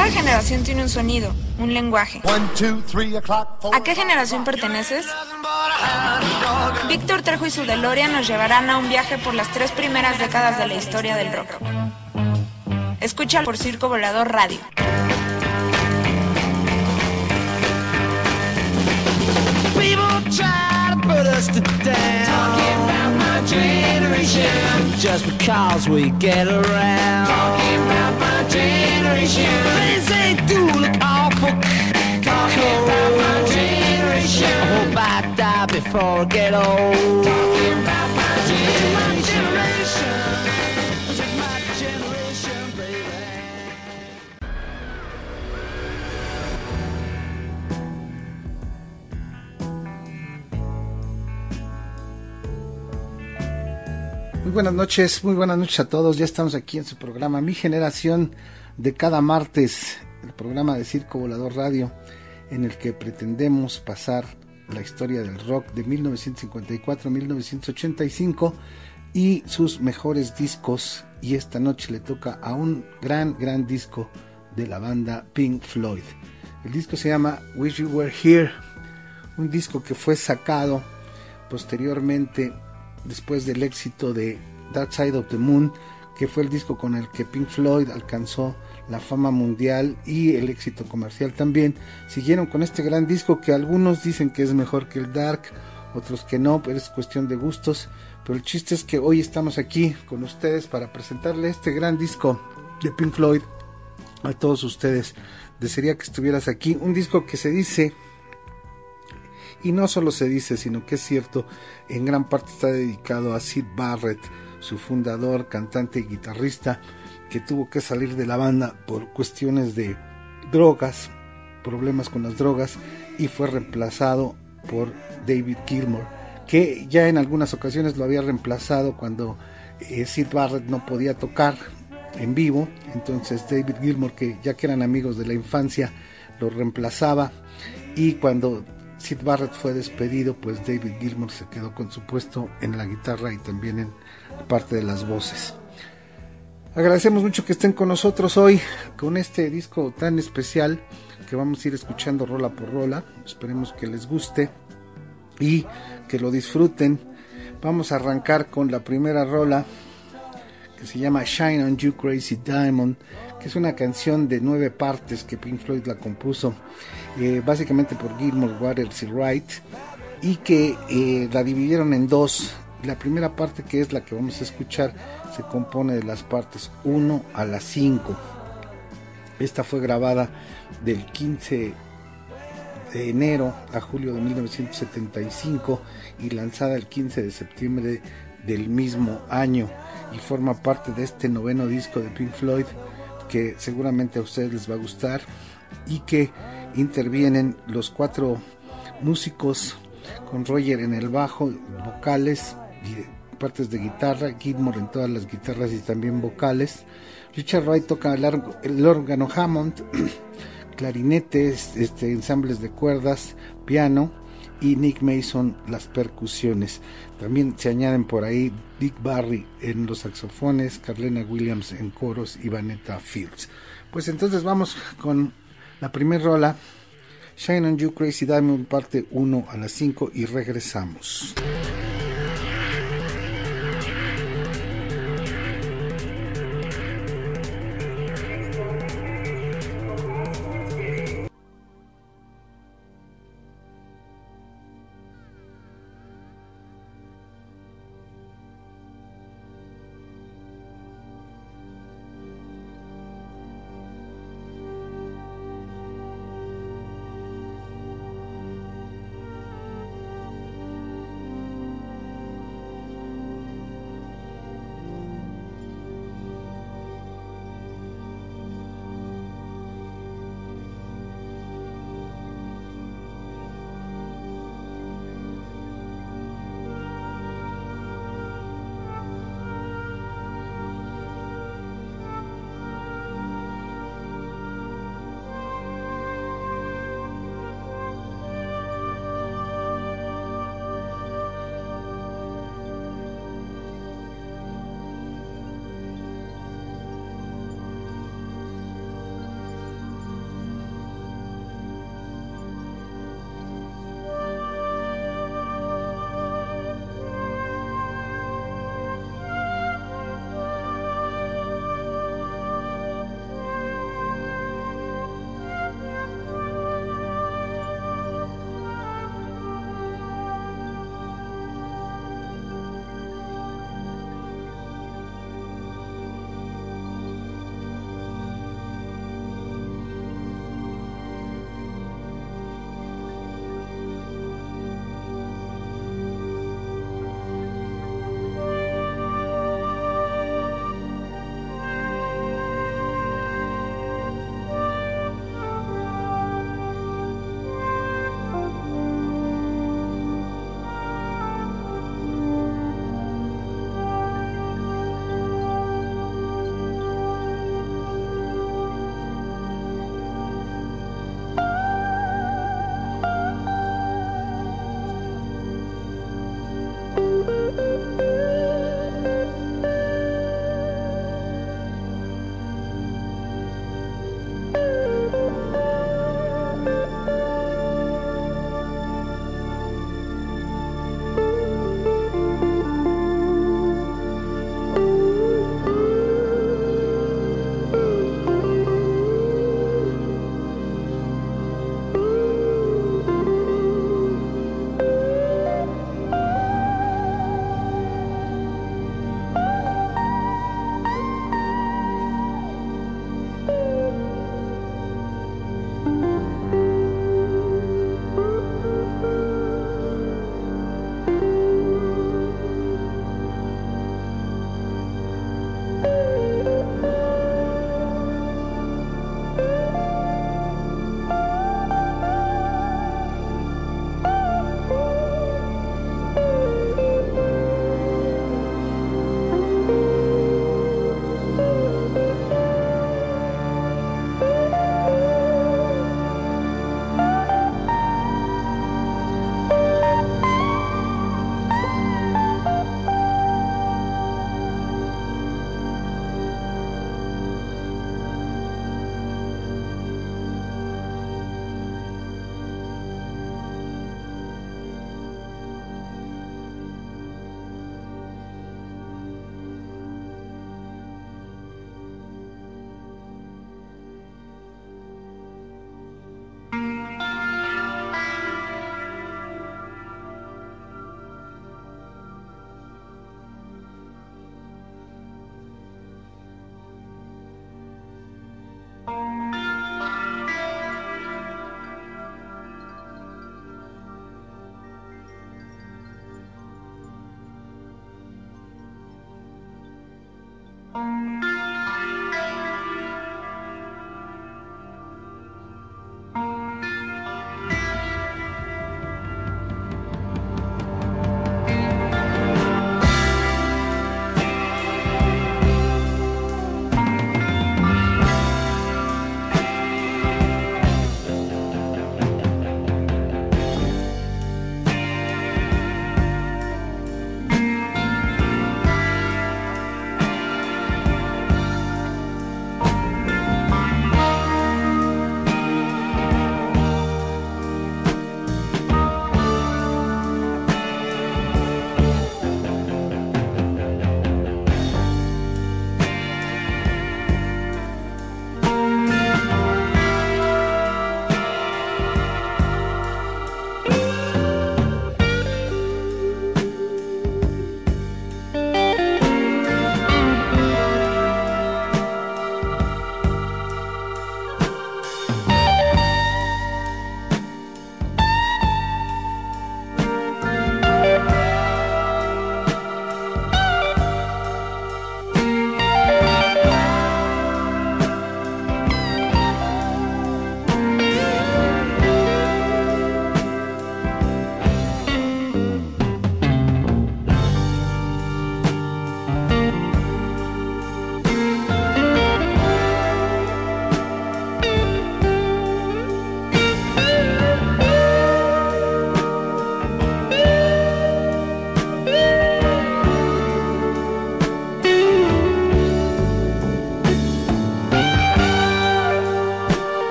Cada generación tiene un sonido, un lenguaje. ¿A qué generación perteneces? Víctor Trejo y su DeLorean nos llevarán a un viaje por las 3 primeras décadas de la historia del rock. Escucha por Circo Volador Radio. Put us to down. Talking about my generation. Just because we get around. Talking about my generation. Things they do look awful. Talking about my generation. I hope I die before I get old. Talking about my generation. This is my generation, baby. Muy buenas noches a todos. Ya estamos aquí en su programa Mi Generación de cada martes, el programa de Circo Volador Radio, en el que pretendemos pasar la historia del rock de 1954 a 1985 y sus mejores discos. Y esta noche le toca a un gran disco de la banda Pink Floyd. El disco se llama Wish You Were Here, un disco que fue sacado posteriormente después del éxito de Dark Side of the Moon, que fue el disco con el que Pink Floyd alcanzó la fama mundial y el éxito comercial también. Siguieron con este gran disco que algunos dicen que es mejor que el Dark, otros que no, pero es cuestión de gustos. Pero el chiste es que hoy estamos aquí con ustedes para presentarle este gran disco de Pink Floyd a todos ustedes. Desearía que estuvieras aquí, un disco que se dice, y no solo se dice, sino que es cierto, en gran parte está dedicado a Syd Barrett, su fundador, cantante y guitarrista, que tuvo que salir de la banda por cuestiones de drogas, problemas con las drogas, y fue reemplazado por David Gilmour, que ya en algunas ocasiones lo había reemplazado cuando Syd Barrett no podía tocar en vivo. Entonces David Gilmour, que ya que eran amigos de la infancia, lo reemplazaba, y cuando Syd Barrett fue despedido, pues David Gilmour se quedó con su puesto en la guitarra y también en parte de las voces. Agradecemos mucho que estén con nosotros hoy con este disco tan especial que vamos a ir escuchando rola por rola. Esperemos que les guste y que lo disfruten. Vamos a arrancar con la primera rola, que se llama Shine on You Crazy Diamond, que es una canción de 9 partes que Pink Floyd la compuso básicamente por Gilmour, Waters y Wright, y que la dividieron en dos. La primera parte, que es la que vamos a escuchar, se compone de las partes 1 a la 5. Esta fue grabada del 15 de enero a julio de 1975 y lanzada el 15 de septiembre del mismo año, y forma parte de este 9º disco de Pink Floyd, que seguramente a ustedes les va a gustar, y que intervienen los 4 músicos, con Roger en el bajo, vocales y partes de guitarra, Gilmour en todas las guitarras y también vocales. Richard Wright toca el órgano Hammond, clarinetes, ensambles de cuerdas, piano, y Nick Mason las percusiones. También se añaden por ahí Dick Barry en los saxofones, Carlena Williams en coros y Vanetta Fields. Pues entonces vamos con la primera rola, Shine on You Crazy Diamond, parte 1 a las 5, y regresamos.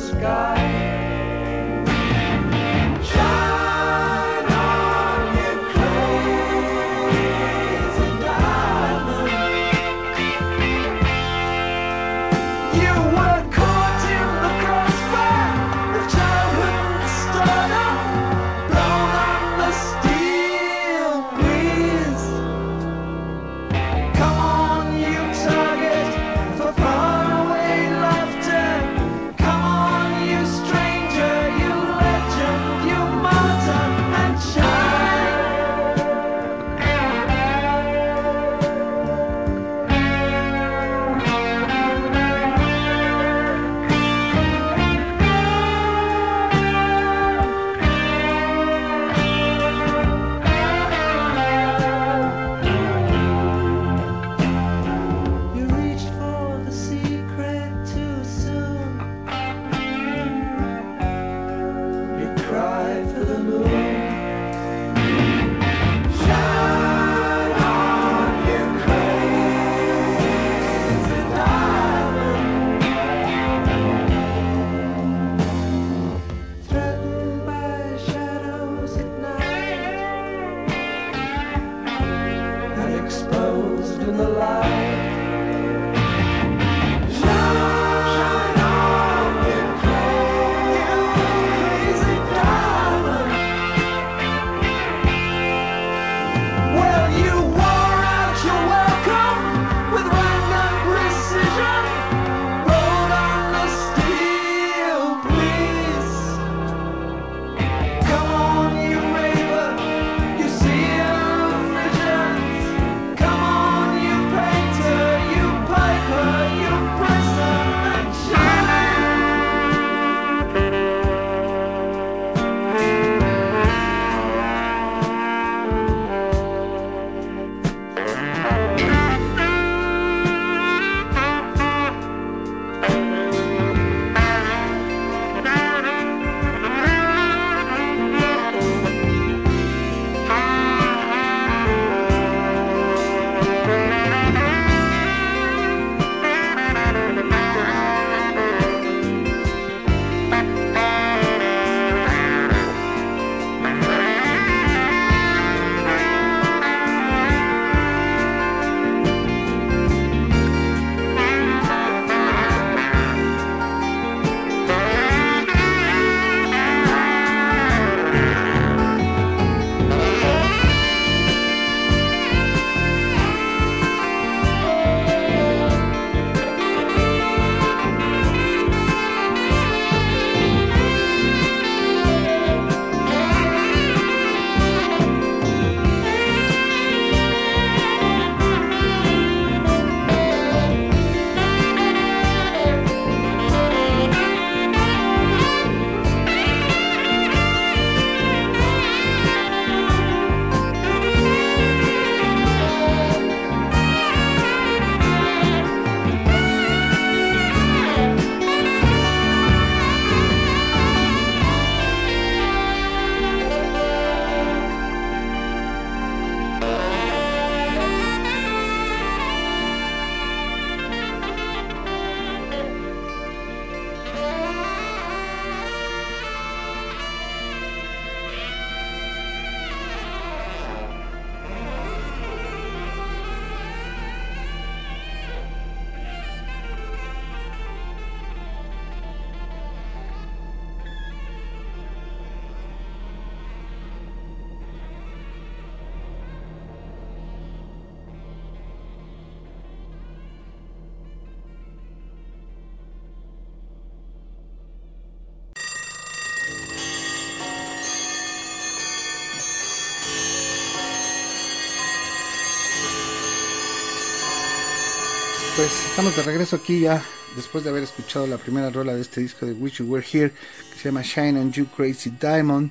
Pues estamos de regreso aquí ya después de haber escuchado la primera rola de este disco de Wish You Were Here, que se llama Shine on You Crazy Diamond,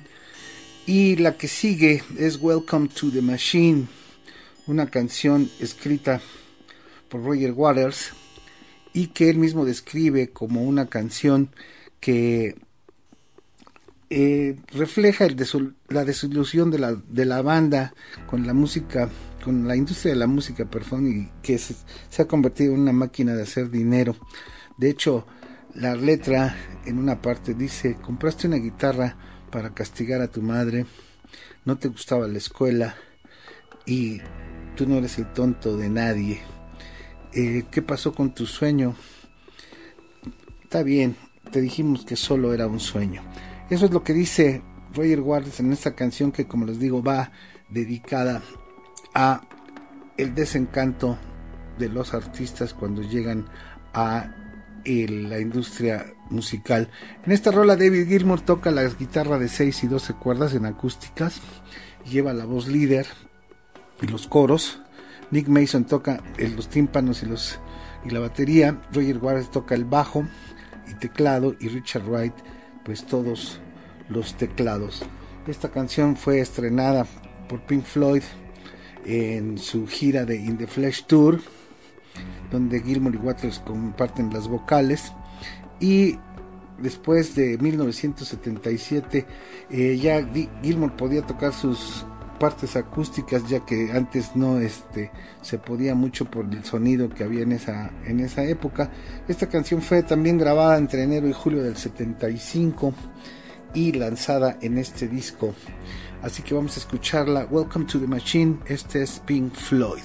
y la que sigue es Welcome to the Machine, una canción escrita por Roger Waters y que él mismo describe como una canción que refleja la desilusión de la banda con la música, con la industria de la música, y que se ha convertido en una máquina de hacer dinero. De hecho, La letra en una parte dice: compraste una guitarra para castigar a tu madre, no te gustaba la escuela y tú no eres el tonto de nadie. ¿Qué pasó con tu sueño? Está bien, te dijimos que solo era un sueño. Eso es lo que dice Roger Waters en esta canción, que, como les digo, va dedicada a el desencanto de los artistas cuando llegan a la industria musical. En esta rola David Gilmour toca la guitarra de 6 y 12 cuerdas en acústicas, lleva la voz líder y los coros. Nick Mason toca los tímpanos y la batería. Roger Waters toca el bajo y teclado, y Richard Wright pues todos los teclados. Esta canción fue estrenada por Pink Floyd en su gira de In the Flesh Tour, donde Gilmour y Waters comparten las vocales. Y después de 1977 ya Gilmour podía tocar sus partes acústicas, ya que antes no se podía mucho por el sonido que había en esa época. Esta canción fue también grabada entre enero y julio del 75 y lanzada en este disco, así que vamos a escucharla. Welcome to the Machine. Este es Pink Floyd.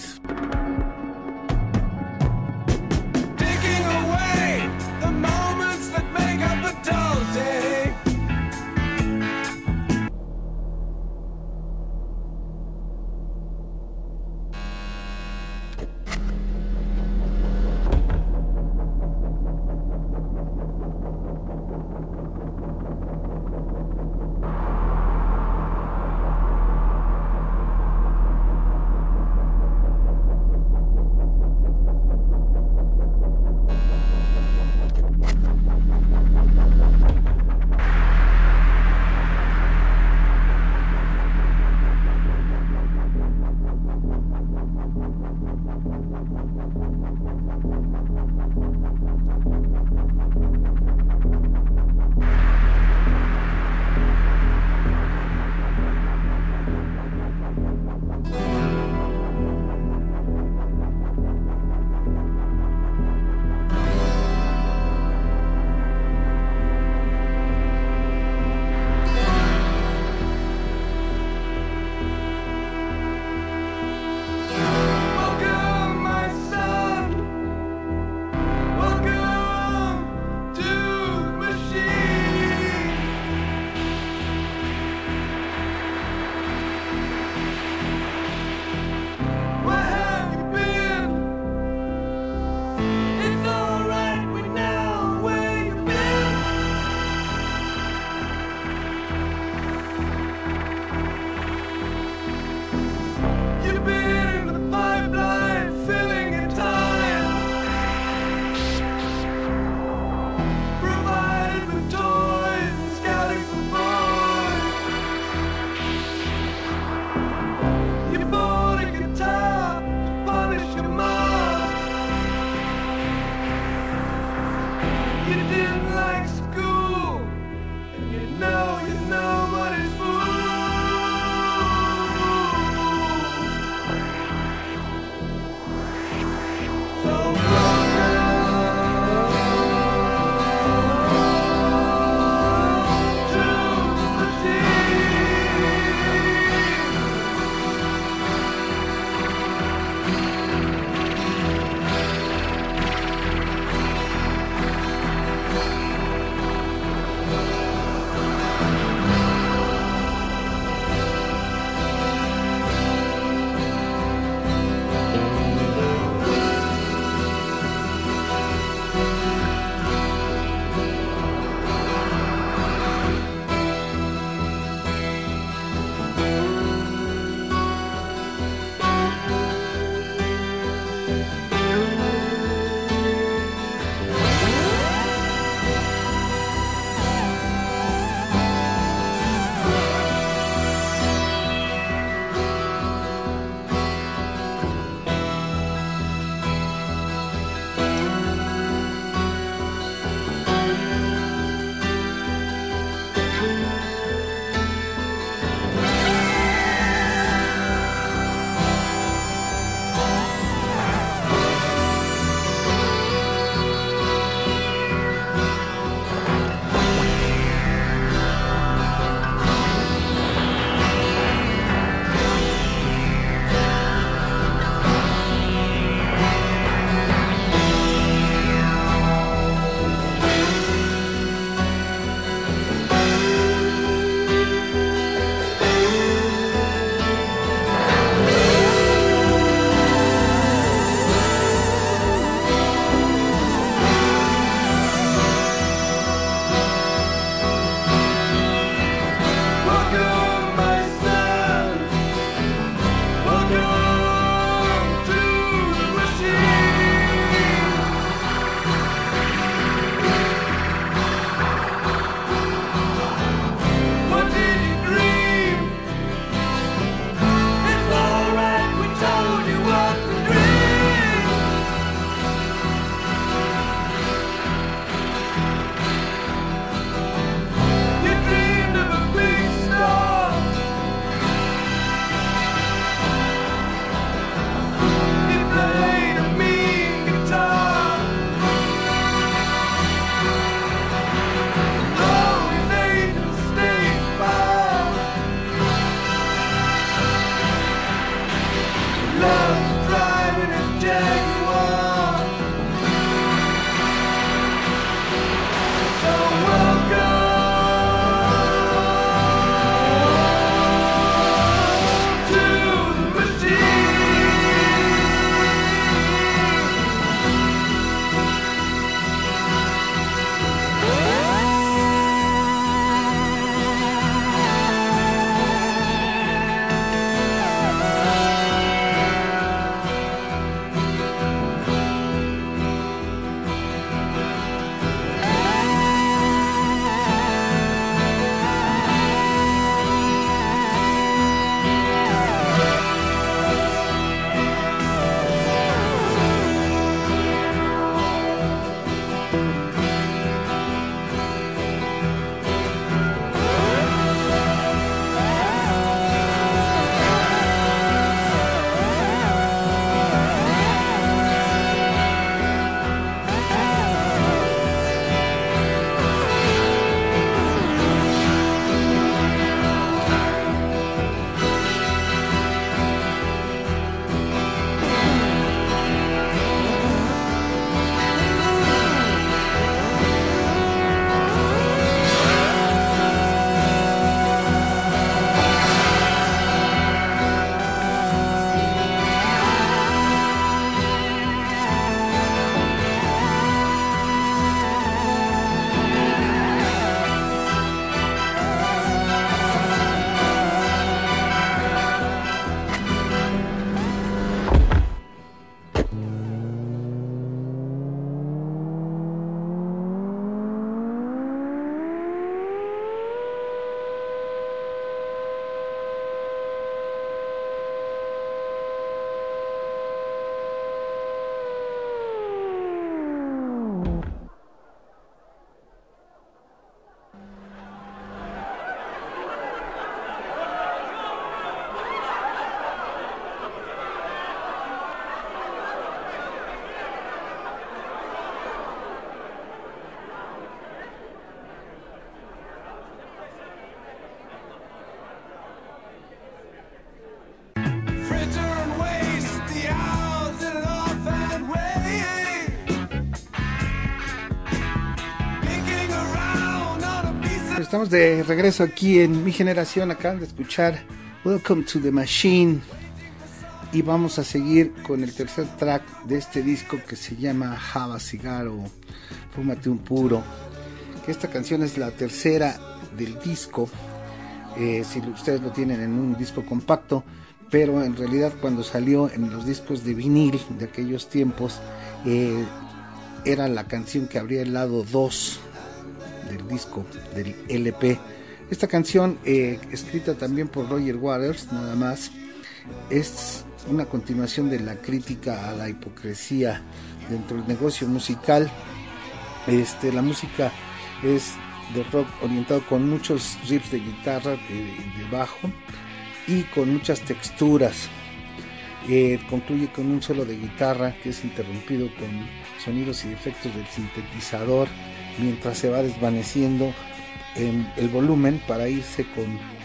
Estamos de regreso aquí en Mi Generación. Acaban de escuchar Welcome to the Machine y vamos a seguir con el tercer track de este disco que se llama Have a Cigar o Fúmate un Puro, que esta canción es la tercera del disco, si ustedes lo tienen en un disco compacto, pero en realidad cuando salió en los discos de vinil de aquellos tiempos, era la canción que abría el lado 2 del disco, del LP. Esta canción, escrita también por Roger Waters, nada más, es una continuación de la crítica a la hipocresía dentro del negocio musical. La música es de rock orientado con muchos riffs de guitarra, de bajo y con muchas texturas. Concluye con un solo de guitarra que es interrumpido con sonidos y efectos del sintetizador mientras se va desvaneciendo el volumen para irse con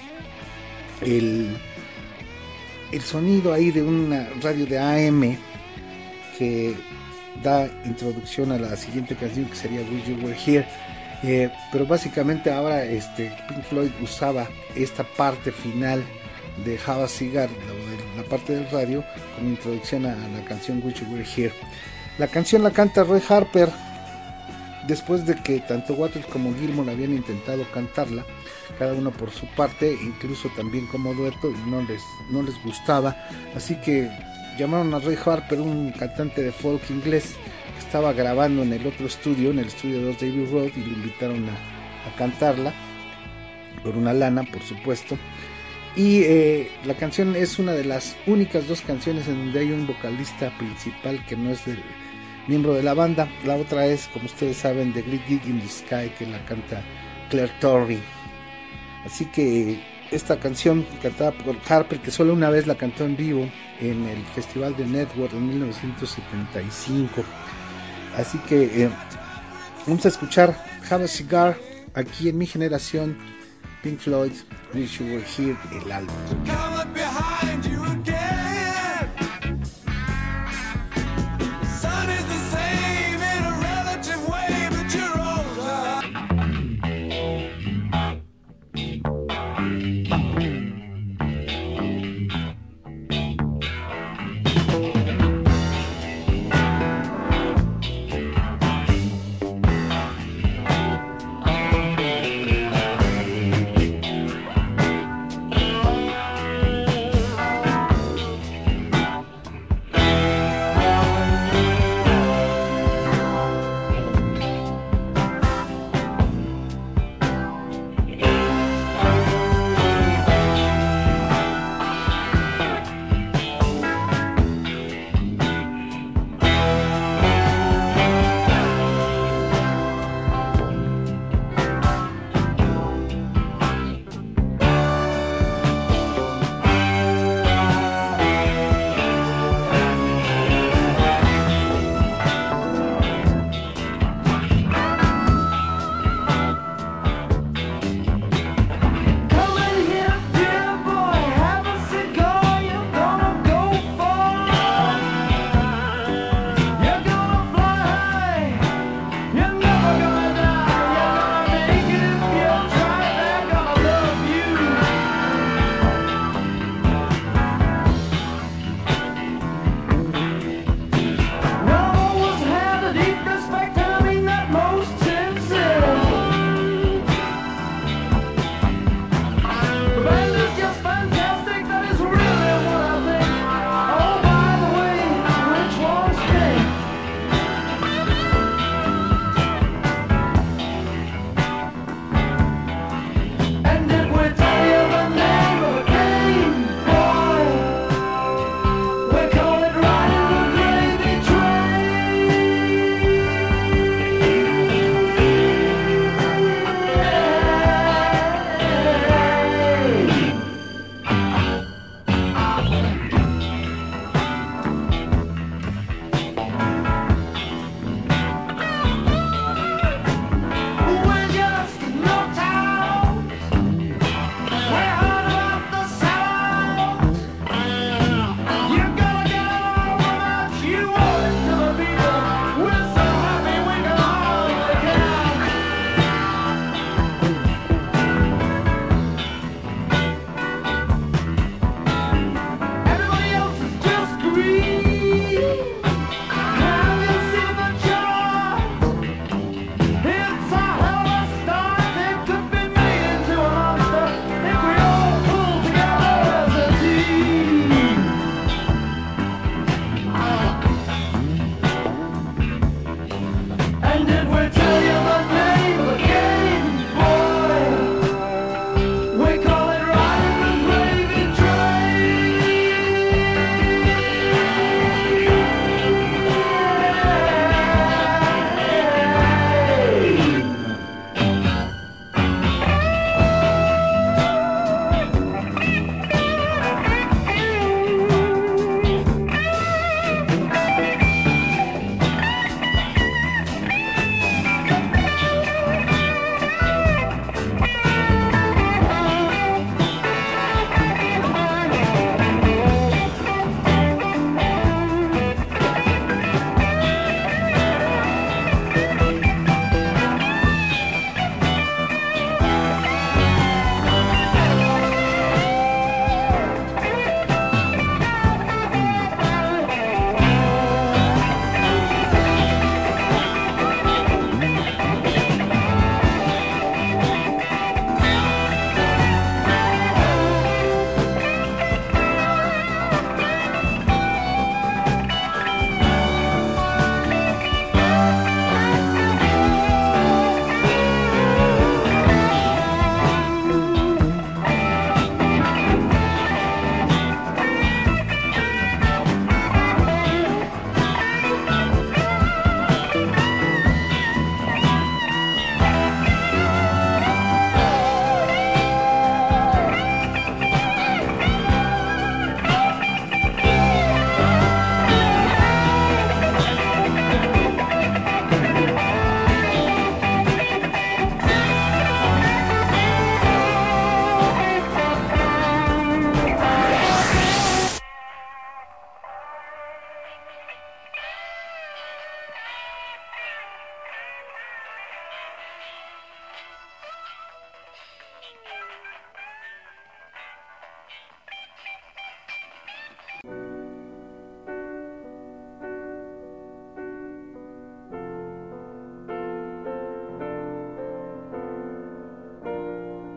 el sonido ahí de una radio de AM que da introducción a la siguiente canción, que sería Wish You Were Here. Pero básicamente ahora Pink Floyd usaba esta parte final de Have a Cigar, la parte del radio, como introducción a la canción Wish You Were Here. La canción la canta Roy Harper después de que tanto Waters como Gilmour habían intentado cantarla, cada uno por su parte, incluso también como dueto, y no les gustaba, así que llamaron a Roy Harper, un cantante de folk inglés que estaba grabando en el otro estudio, en el estudio 2 de Abbey Road, y lo invitaron a cantarla por una lana, por supuesto. Y la canción es una de las únicas dos canciones en donde hay un vocalista principal que no es miembro de la banda. La otra es, como ustedes saben, The Great Gig in the Sky, que la canta Claire Torrey. Así que esta canción cantada por Harper, que solo una vez la cantó en vivo en el Festival de Network en 1975. Así que vamos a escuchar Have a Cigar aquí en Mi Generación, Pink Floyd, Wish You Were Here, el álbum.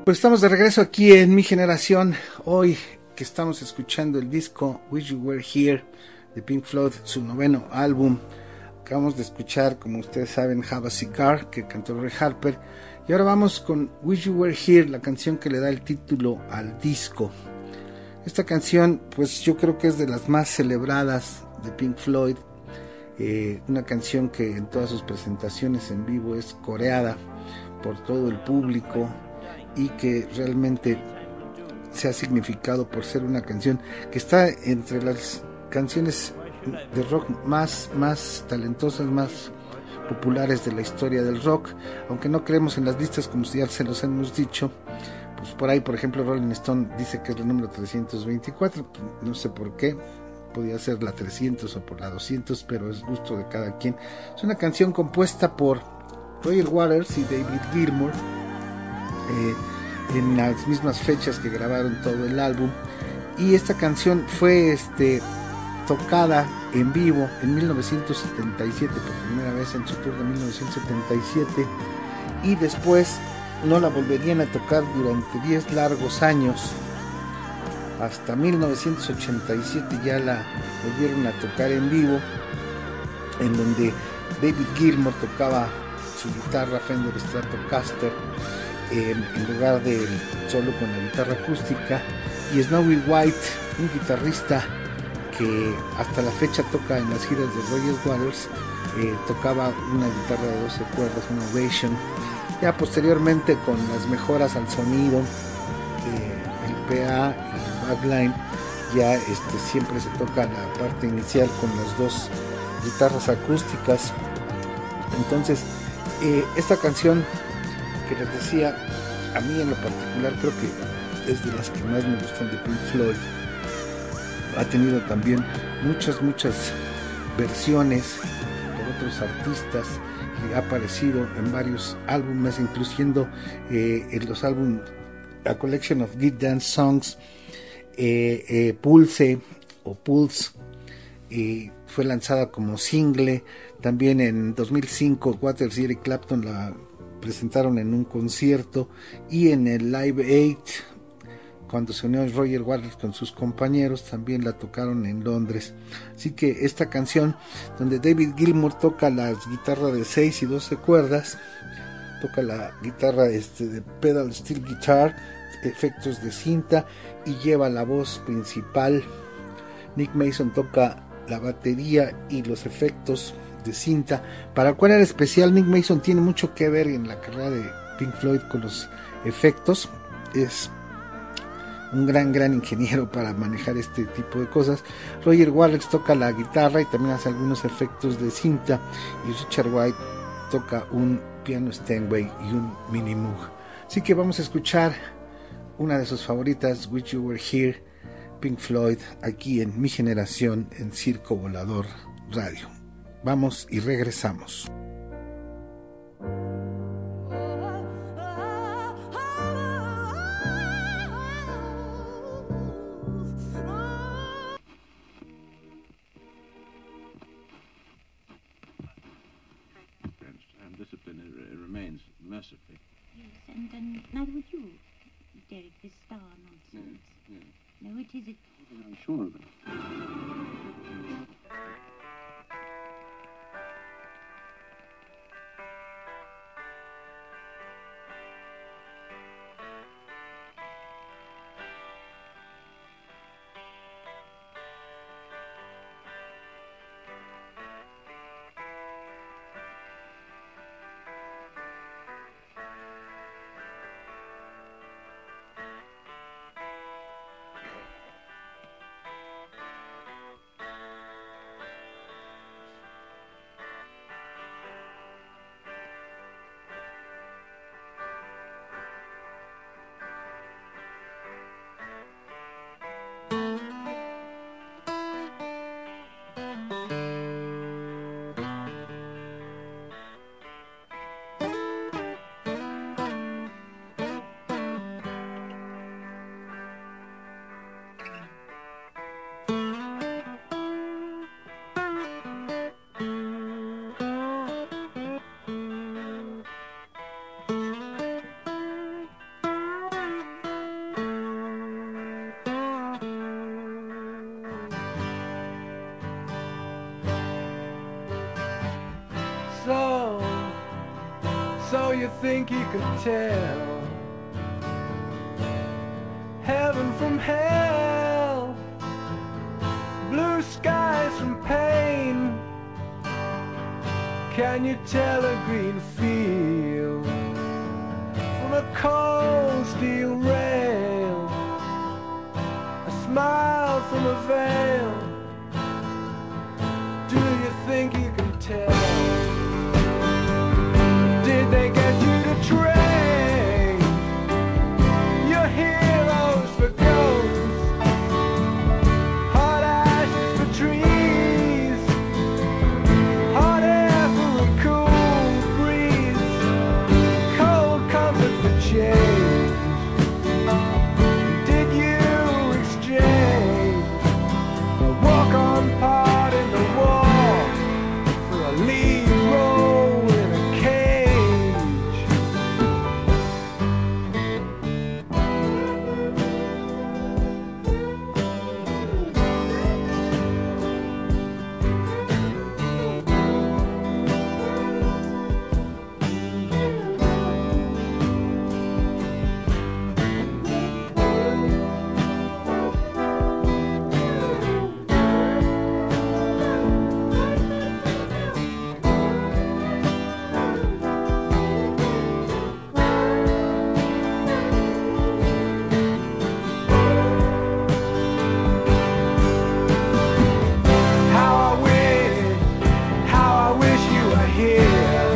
Pues estamos de regreso aquí en Mi Generación, hoy que estamos escuchando el disco Wish You Were Here de Pink Floyd, su 9º álbum. Acabamos de escuchar, como ustedes saben, Have a Cigar, que cantó Ray Harper, y ahora vamos con Wish You Were Here, la canción que le da el título al disco. Esta canción, pues yo creo que es de las más celebradas de Pink Floyd, una canción que en todas sus presentaciones en vivo es coreada por todo el público y que realmente se ha significado por ser una canción que está entre las canciones de rock más talentosas, más populares de la historia del rock, aunque no creemos en las listas como ya se los hemos dicho. Pues por ahí, por ejemplo, Rolling Stone dice que es el número 324, no sé por qué, podía ser la 300 o por la 200, pero es gusto de cada quien. Es una canción compuesta por Roger Waters y David Gilmour, en las mismas fechas que grabaron todo el álbum, y esta canción fue tocada en vivo en 1977 por primera vez en su tour de 1977, y después no la volverían a tocar durante 10 largos años. Hasta 1987 ya la volvieron a tocar en vivo, en donde David Gilmour tocaba su guitarra Fender Stratocaster en lugar del solo con la guitarra acústica, y Snowy White, un guitarrista que hasta la fecha toca en las giras de Roger Waters, tocaba una guitarra de 12 cuerdas, una Ovation. Ya posteriormente, con las mejoras al sonido, el PA y el backline, ya siempre se toca la parte inicial con las dos guitarras acústicas. Entonces esta canción que les decía, a mí en lo particular creo que es de las que más me gustan de Pink Floyd. Ha tenido también muchas versiones por otros artistas, y ha aparecido en varios álbumes, incluyendo en los álbumes A Collection of Good Dance Songs, Pulse o Pulse, fue lanzada como single. También en 2005 Waters y Eric Clapton la presentaron en un concierto, y en el Live Aid, cuando se unió Roger Waters con sus compañeros, también la tocaron en Londres. Así que esta canción, donde David Gilmour toca la guitarra de 6 y 12 cuerdas, toca la guitarra de pedal steel guitar, efectos de cinta, y lleva la voz principal. Nick Mason toca la batería y los efectos de cinta, para el cual era especial. Nick Mason tiene mucho que ver en la carrera de Pink Floyd con los efectos, es un gran ingeniero para manejar este tipo de cosas. Roger Waters toca la guitarra y también hace algunos efectos de cinta, y Richard White toca un piano Steinway y un mini Moog. Así que vamos a escuchar una de sus favoritas, Wish You Were Here, Pink Floyd, aquí en Mi Generación, en Circo Volador Radio. Vamos y regresamos. Remains mercifully. Yes, and neither would you, Derek, this star nonsense. Yes. No, it is. I'm sure of it. So you think you can tell heaven from hell, blue skies from pain? Can you tell a green field from a cold steel rail, a smile from a veil? Do you think you can tell? Did they get you to train your heroes for ghosts, hot ashes for trees, hot air for a cool breeze, cold comfort for change? Did you exchange a walk-on part in the war for a lead role in a cage? How I wish you were here.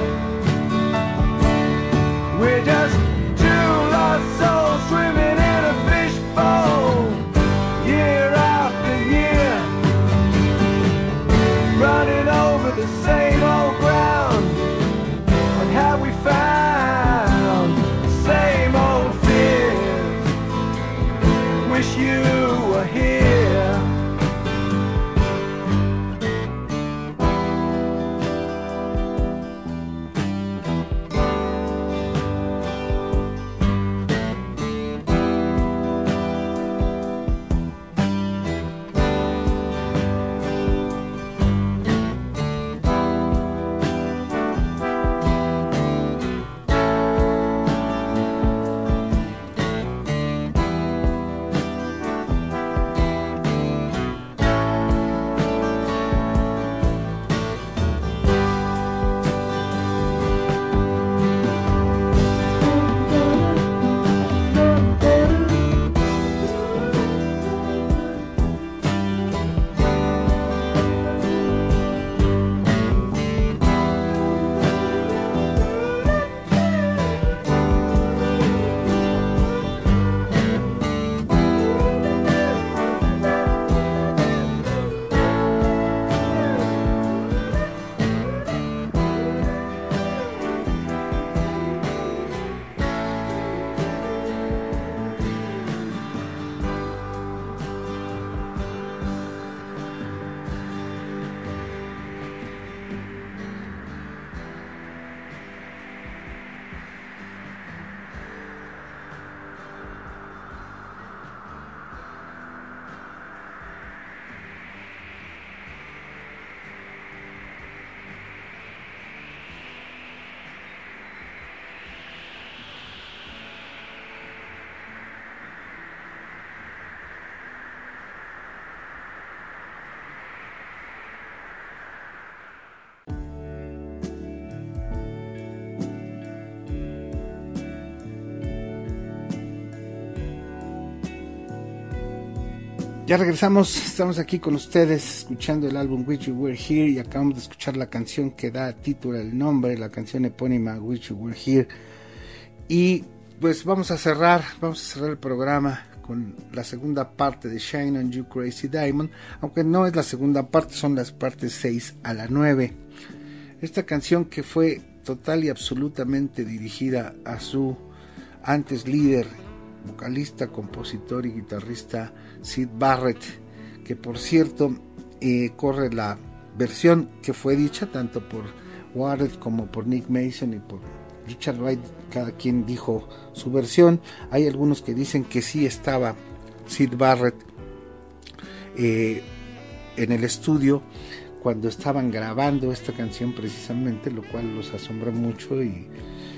We're just two lost souls swimming in a fishbowl, year after year, running over the same old ground. And have we found the same old fears? Wish you were here. Ya regresamos, estamos aquí con ustedes escuchando el álbum Wish You Were Here y acabamos de escuchar la canción que da título, el nombre, la canción epónima Wish You Were Here. Y pues vamos a cerrar el programa con la segunda parte de Shine on You Crazy Diamond, aunque no es la segunda parte, son las partes 6 a la 9. Esta canción que fue total y absolutamente dirigida a su antes líder, vocalista, compositor y guitarrista Syd Barrett, que por cierto corre la versión que fue dicha tanto por Waters como por Nick Mason y por Richard Wright, cada quien dijo su versión. Hay algunos que dicen que sí estaba Syd Barrett en el estudio cuando estaban grabando esta canción precisamente, lo cual los asombró mucho y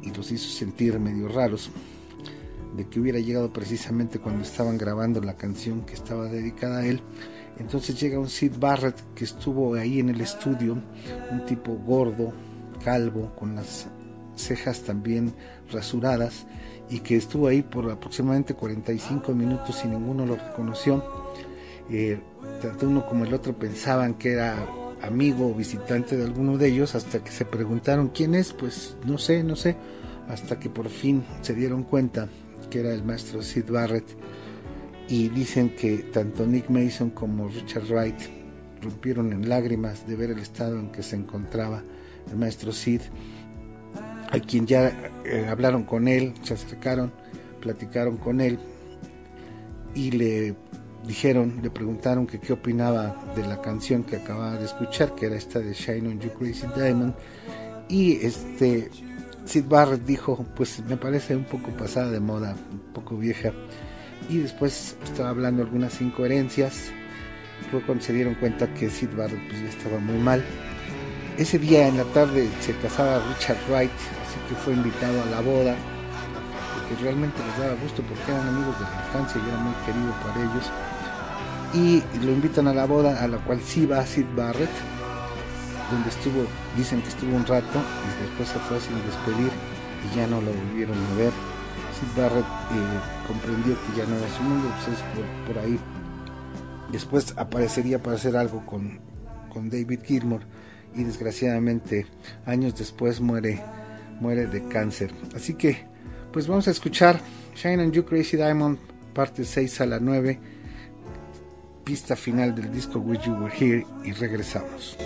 y los hizo sentir medio raros de que hubiera llegado precisamente cuando estaban grabando la canción que estaba dedicada a él. Entonces llega un Syd Barrett que estuvo ahí en el estudio, un tipo gordo, calvo, con las cejas también rasuradas, y que estuvo ahí por aproximadamente 45 minutos y ninguno lo reconoció. Tanto uno como el otro pensaban que era amigo o visitante de alguno de ellos, hasta que se preguntaron quién es. Pues no sé, hasta que por fin se dieron cuenta que era el maestro Syd Barrett. Y dicen que tanto Nick Mason como Richard Wright rompieron en lágrimas de ver el estado en que se encontraba el maestro Syd, a quien ya hablaron con él, se acercaron, platicaron con él y le preguntaron que qué opinaba de la canción que acababa de escuchar, que era esta de Shine on You Crazy Diamond. Y Syd Barrett dijo, pues me parece un poco pasada de moda, un poco vieja. Y después estaba hablando algunas incoherencias. Fue cuando se dieron cuenta que Syd Barrett pues ya estaba muy mal. Ese día en la tarde se casaba Richard Wright, así que fue invitado a la boda, porque realmente les daba gusto porque eran amigos de la infancia y era muy querido para ellos. Y lo invitan a la boda, a la cual sí va Syd Barrett, donde dicen que estuvo un rato y después se fue sin despedir y ya no lo volvieron a ver. Syd Barrett comprendió que ya no era su mundo, pues es por ahí. Después aparecería para hacer algo con David Gilmour y desgraciadamente años después muere de cáncer. Así que pues vamos a escuchar Shine on You Crazy Diamond, parte 6 a la 9, pista final del disco Wish You Were Here, y regresamos.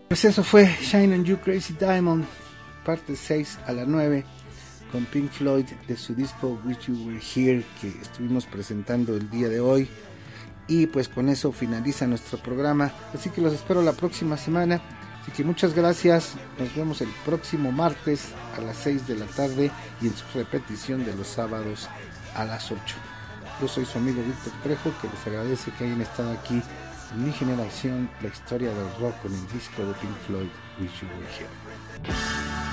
Pues eso fue Shine on You Crazy Diamond, parte 6 a la 9, con Pink Floyd, de su disco Wish You Were Here, que estuvimos presentando el día de hoy. Y pues con eso finaliza nuestro programa, así que los espero la próxima semana. Así que muchas gracias, nos vemos el próximo martes a las 6 de la tarde y en su repetición de los sábados a las 8. Yo soy su amigo Víctor Trejo, que les agradece que hayan estado aquí en Mi Generación, la historia del rock, con el disco de Pink Floyd, Wish You Were Here.